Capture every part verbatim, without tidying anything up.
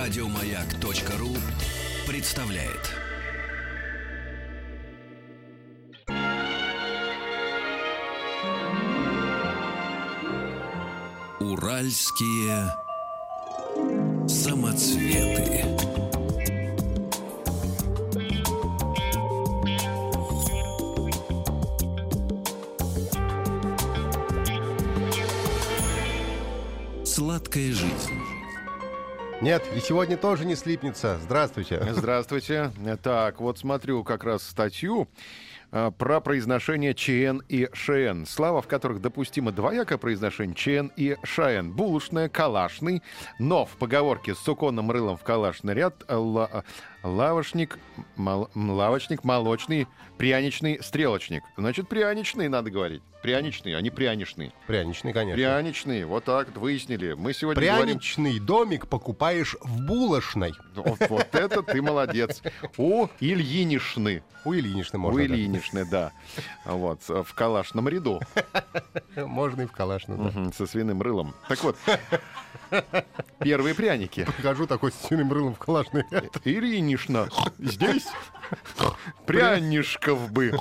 Радиомаяк.ру представляет. Уральские самоцветы. Сладкая жизнь. Нет, и сегодня тоже не слипнется. Здравствуйте. Здравствуйте. Так, вот смотрю как раз статью а, про произношение ЧН и ШН. Слова, в которых допустимо двоякое произношение ЧН и ШН. Булочная, калашный, но в поговорке с суконным рылом в калашный ряд ла, лавочник, мал, лавочник, молочный, пряничный, стрелочник. Значит, пряничный надо говорить. Пряничный, а не пряничный. Пряничный, конечно. Пряничный, вот так вот выяснили. Мы сегодня Пряничный говорим... домик покупаешь в булочной. Вот, вот это ты молодец. У Ильинишны. У Ильинишны можно. У Ильинишны, да. Вот, в калашном ряду. Можно и в калашном, да. Угу, со свиным рылом. Так вот, первые пряники. Прихожу такой с свиным рылом в калашный ряд. Ильинишна, здесь прянишков бы.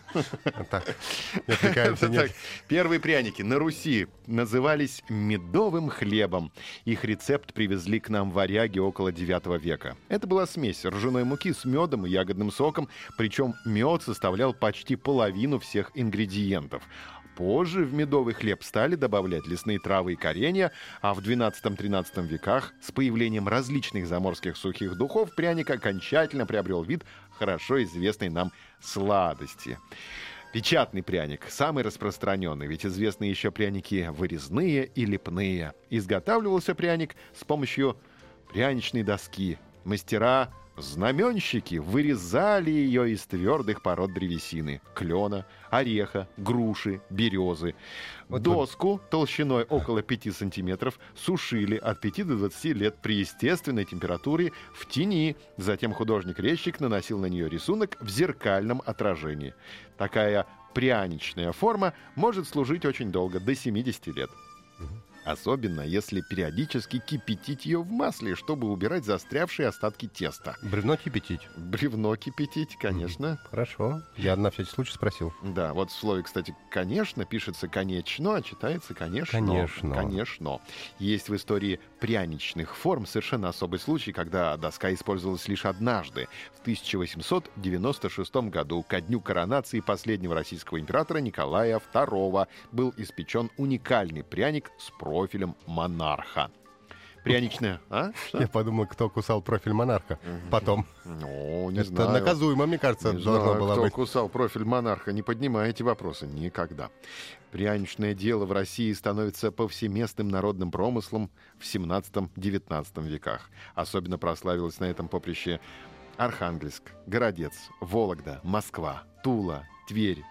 Так, не отвлекаемся, нет. Так, первые пряники на Руси назывались медовым хлебом. Их рецепт привезли к нам варяги около девятого века. Это была смесь ржаной муки с медом и ягодным соком, причем мед составлял почти половину всех ингредиентов. Позже в медовый хлеб стали добавлять лесные травы и коренья, а в двенадцатом-тринадцатом веках с появлением различных заморских сухих духов пряник окончательно приобрел вид хорошо известной нам сладости. Печатный пряник – самый распространенный, ведь известны еще пряники вырезные и лепные. Изготавливался пряник с помощью пряничной доски. Мастера знаменщики вырезали ее из твердых пород древесины – клена, ореха, груши, березы. Вот Доску вот. толщиной около пяти сантиметров сушили от пяти до двадцати лет при естественной температуре в тени. Затем художник-резчик наносил на нее рисунок в зеркальном отражении. Такая пряничная форма может служить очень долго, до семидесяти лет. Особенно, если периодически кипятить ее в масле, чтобы убирать застрявшие остатки теста. Бревно кипятить. Бревно кипятить, конечно. Хорошо. Я на всякий случай спросил. Да, вот в слове, кстати, «конечно» пишется «конечно», а читается «конечно». Конечно. Конечно. Есть в истории пряничных форм совершенно особый случай, когда доска использовалась лишь однажды. В тысяча восемьсот девяносто шестом году, ко дню коронации последнего российского императора Николая второго, был испечен уникальный пряник с профилем монарха. Пряничная, а? Что? Я подумал, кто кусал профиль монарха потом. Ну, не Это знаю. наказуемо, мне кажется, не должно знаю, было кто быть. кусал профиль монарха, не поднимай эти вопросы никогда. Пряничное дело в России становится повсеместным народным промыслом в семнадцатом-девятнадцатом веках. Особенно прославилась на этом поприще Архангельск, Городец, Вологда, Москва, Тула, Тверь,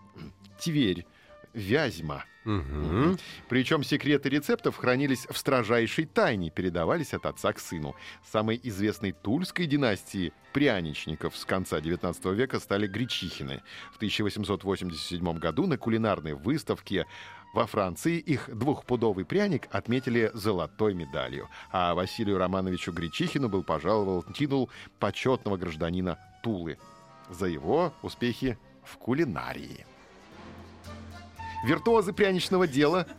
Тверь, Вязьма. Угу. Причем секреты рецептов хранились в строжайшей тайне, передавались от отца к сыну. Самой известной тульской династии пряничников с конца девятнадцатого века стали Гречихины. В тысяча восемьсот восемьдесят седьмом году на кулинарной выставке во Франции их двухпудовый пряник отметили золотой медалью. А Василию Романовичу Гречихину был пожалован титул почетного гражданина Тулы за его успехи в кулинарии. Виртуозы пряничного дела,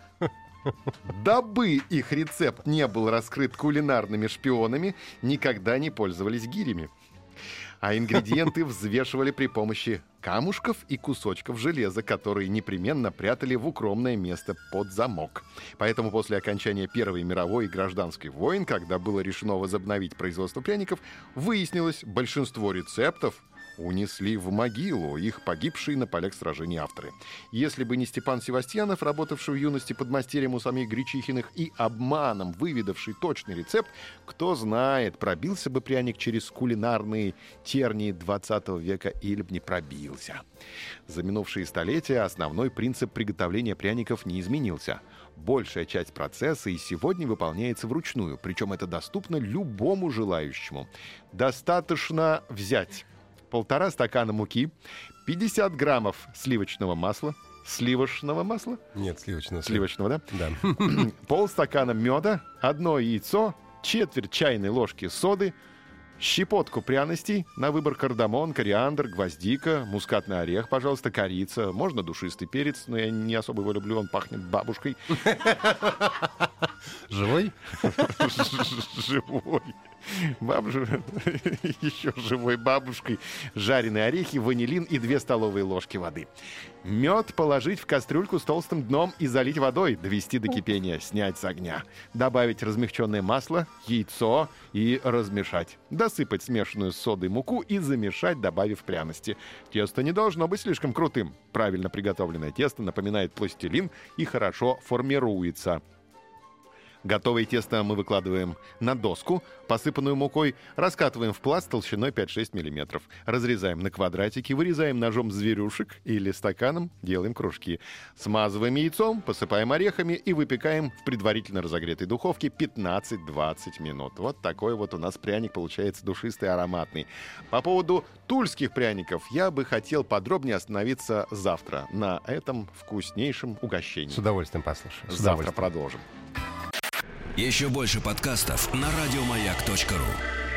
дабы их рецепт не был раскрыт кулинарными шпионами, никогда не пользовались гирями. А ингредиенты взвешивали при помощи камушков и кусочков железа, которые непременно прятали в укромное место под замок. Поэтому после окончания Первой мировой и Гражданской войн, когда было решено возобновить производство пряников, выяснилось, большинство рецептов унесли в могилу их погибшие на полях сражений авторы. Если бы не Степан Севастьянов, работавший в юности подмастерьем у самих Гречихиных и обманом выведавший точный рецепт, кто знает, пробился бы пряник через кулинарные тернии двадцатого века или бы не пробился. За минувшие столетия основной принцип приготовления пряников не изменился. Большая часть процесса и сегодня выполняется вручную, причем это доступно любому желающему. Достаточно взять полтора стакана муки, пятьдесят граммов сливочного масла, сливочного масла? Нет, сливочного. Сливочного, да? Да. Полстакана меда, одно яйцо, четверть чайной ложки соды, щепотку пряностей, на выбор кардамон, кориандр, гвоздика, мускатный орех, пожалуйста, корица, можно душистый перец, но я не особо его люблю, он пахнет бабушкой. Живой? Живой. Бабушка, еще живой бабушкой. Жареные орехи, ванилин и две столовые ложки воды. Мед положить в кастрюльку с толстым дном и залить водой, довести до кипения, снять с огня. Добавить размягченное масло, яйцо и размешать. Досыпать смешанную с содой муку и замешать, добавив пряности. Тесто не должно быть слишком крутым. Правильно приготовленное тесто напоминает пластилин и хорошо формируется. Готовое тесто мы выкладываем на доску, посыпанную мукой, раскатываем в пласт толщиной пять-шесть миллиметров. Разрезаем на квадратики, вырезаем ножом зверюшек или стаканом, делаем кружки. Смазываем яйцом, посыпаем орехами и выпекаем в предварительно разогретой духовке пятнадцать-двадцать минут. Вот такой вот у нас пряник получается душистый, ароматный. По поводу тульских пряников я бы хотел подробнее остановиться завтра на этом вкуснейшем угощении. С удовольствием послушаю. С Завтра удовольствием. продолжим. Еще больше подкастов на радиомаяк точка ру.